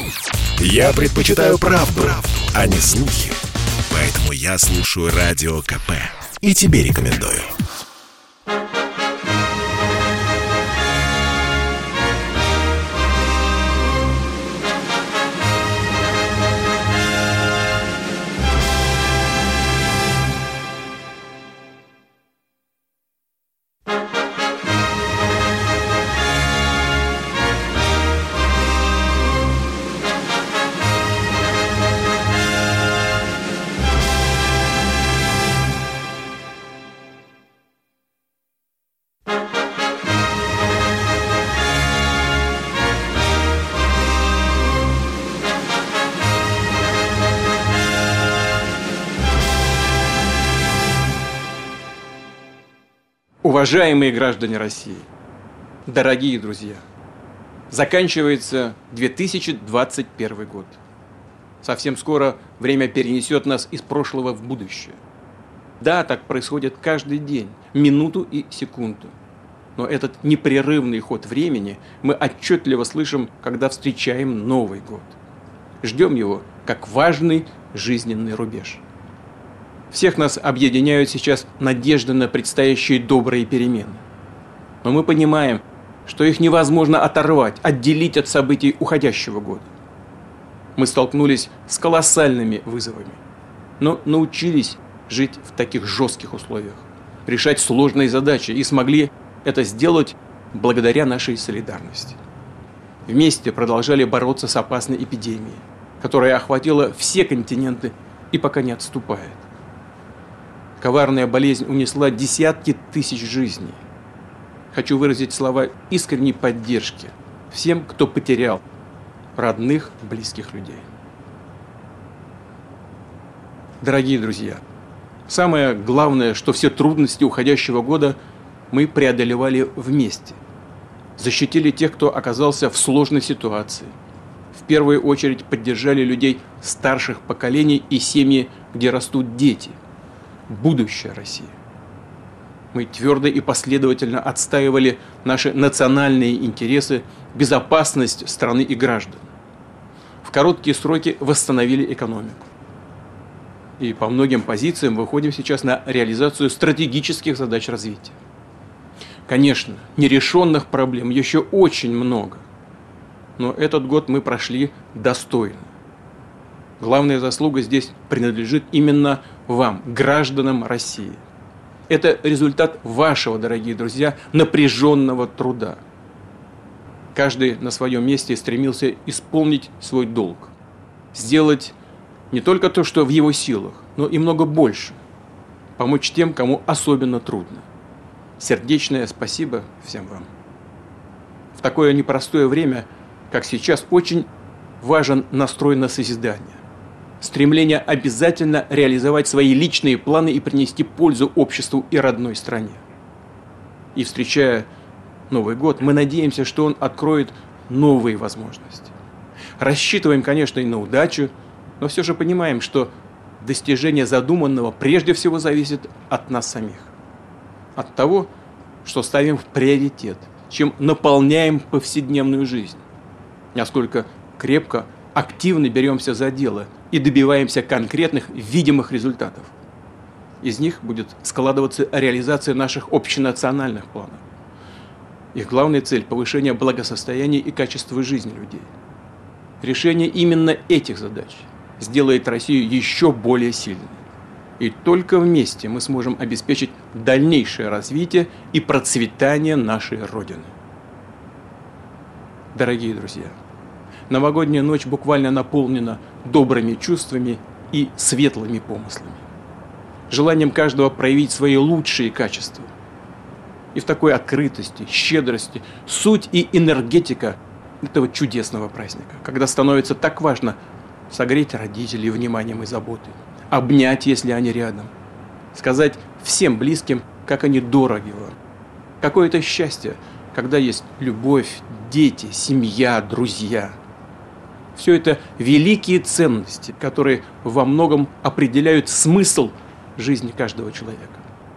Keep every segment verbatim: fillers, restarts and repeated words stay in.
Я предпочитаю правду, правду, а не слухи. Поэтому я слушаю Радио КП. И тебе рекомендую. Уважаемые граждане России, дорогие друзья, заканчивается две тысячи двадцать первый год. Совсем скоро время перенесет нас из прошлого в будущее. Да, так происходит каждый день, минуту и секунду. Но этот непрерывный ход времени мы отчетливо слышим, когда встречаем Новый год. Ждем его как важный жизненный рубеж. Всех нас объединяют сейчас надежды на предстоящие добрые перемены. Но мы понимаем, что их невозможно оторвать, отделить от событий уходящего года. Мы столкнулись с колоссальными вызовами, но научились жить в таких жестких условиях, решать сложные задачи и смогли это сделать благодаря нашей солидарности. Вместе продолжали бороться с опасной эпидемией, которая охватила все континенты и пока не отступает. Коварная болезнь унесла десятки тысяч жизней. Хочу выразить слова искренней поддержки всем, кто потерял родных, близких людей. Дорогие друзья, самое главное, что все трудности уходящего года мы преодолевали вместе. Защитили тех, кто оказался в сложной ситуации. В первую очередь поддержали людей старших поколений и семьи, где растут дети. Будущее России. Мы твердо и последовательно отстаивали наши национальные интересы, безопасность страны и граждан. В короткие сроки восстановили экономику. И по многим позициям выходим сейчас на реализацию стратегических задач развития. Конечно, нерешенных проблем еще очень много. Но этот год мы прошли достойно. Главная заслуга здесь принадлежит именно вам, гражданам России. Это результат вашего, дорогие друзья, напряженного труда. Каждый на своем месте стремился исполнить свой долг. Сделать не только то, что в его силах, но и много больше. Помочь тем, кому особенно трудно. Сердечное спасибо всем вам. В такое непростое время, как сейчас, очень важен настрой на созидание. Стремление обязательно реализовать свои личные планы и принести пользу обществу и родной стране. И встречая Новый год, мы надеемся, что он откроет новые возможности. Рассчитываем, конечно, и на удачу, но все же понимаем, что достижение задуманного прежде всего зависит от нас самих. От того, что ставим в приоритет, чем наполняем повседневную жизнь. Насколько крепко, активно беремся за дело и добиваемся конкретных, видимых результатов. Из них будет складываться реализация наших общенациональных планов. Их главная цель – повышение благосостояния и качества жизни людей. Решение именно этих задач сделает Россию еще более сильной. И только вместе мы сможем обеспечить дальнейшее развитие и процветание нашей Родины. Дорогие друзья, новогодняя ночь буквально наполнена добрыми чувствами и светлыми помыслами. Желанием каждого проявить свои лучшие качества. И в такой открытости, щедрости, суть и энергетика этого чудесного праздника, когда становится так важно согреть родителей вниманием и заботой, обнять, если они рядом, сказать всем близким, как они дороги вам. Какое-то счастье, когда есть любовь, дети, семья, друзья. Все это великие ценности, которые во многом определяют смысл жизни каждого человека.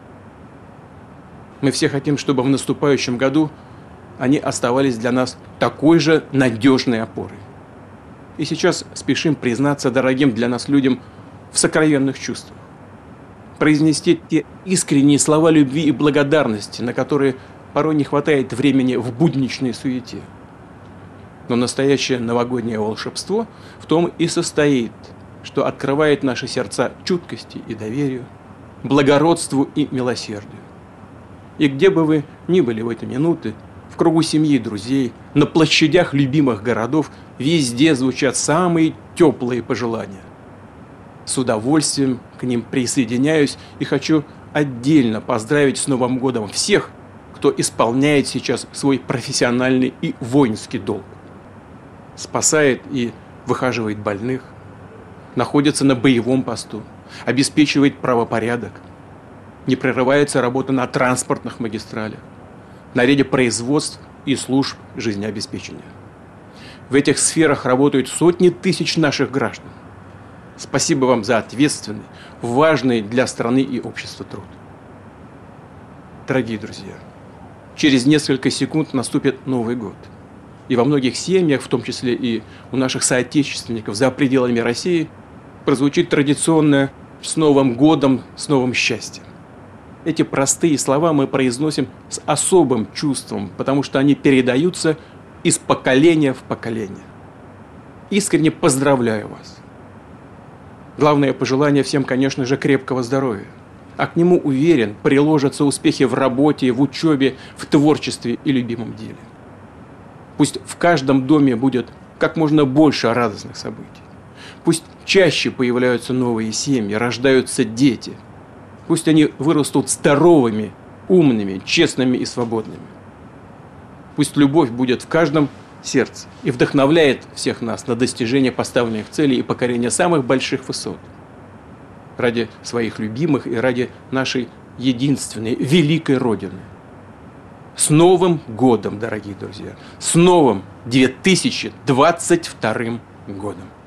Мы все хотим, чтобы в наступающем году они оставались для нас такой же надежной опорой. И сейчас спешим признаться дорогим для нас людям в сокровенных чувствах. Произнести те искренние слова любви и благодарности, на которые порой не хватает времени в будничной суете. Но настоящее новогоднее волшебство в том и состоит, что открывает наши сердца чуткости и доверию, благородству и милосердию. И где бы вы ни были в эти минуты, в кругу семьи и друзей, на площадях любимых городов, везде звучат самые теплые пожелания. С удовольствием к ним присоединяюсь и хочу отдельно поздравить с Новым годом всех, кто исполняет сейчас свой профессиональный и воинский долг. Спасает и выхаживает больных, находится на боевом посту, обеспечивает правопорядок, не прерывается работа на транспортных магистралях, на ряде производств и служб жизнеобеспечения. В этих сферах работают сотни тысяч наших граждан. Спасибо вам за ответственный, важный для страны и общества труд. Дорогие друзья, через несколько секунд наступит Новый год. И во многих семьях, в том числе и у наших соотечественников за пределами России, прозвучит традиционное «С Новым годом, с новым счастьем». Эти простые слова мы произносим с особым чувством, потому что они передаются из поколения в поколение. Искренне поздравляю вас. Главное пожелание всем, конечно же, крепкого здоровья. А к нему, уверен, приложатся успехи в работе, в учебе, в творчестве и любимом деле. Пусть в каждом доме будет как можно больше радостных событий. Пусть чаще появляются новые семьи, рождаются дети. Пусть они вырастут здоровыми, умными, честными и свободными. Пусть любовь будет в каждом сердце и вдохновляет всех нас на достижение поставленных целей и покорение самых больших высот. Ради своих любимых и ради нашей единственной, великой Родины. С Новым годом, дорогие друзья! С новым две тысячи двадцать вторым годом!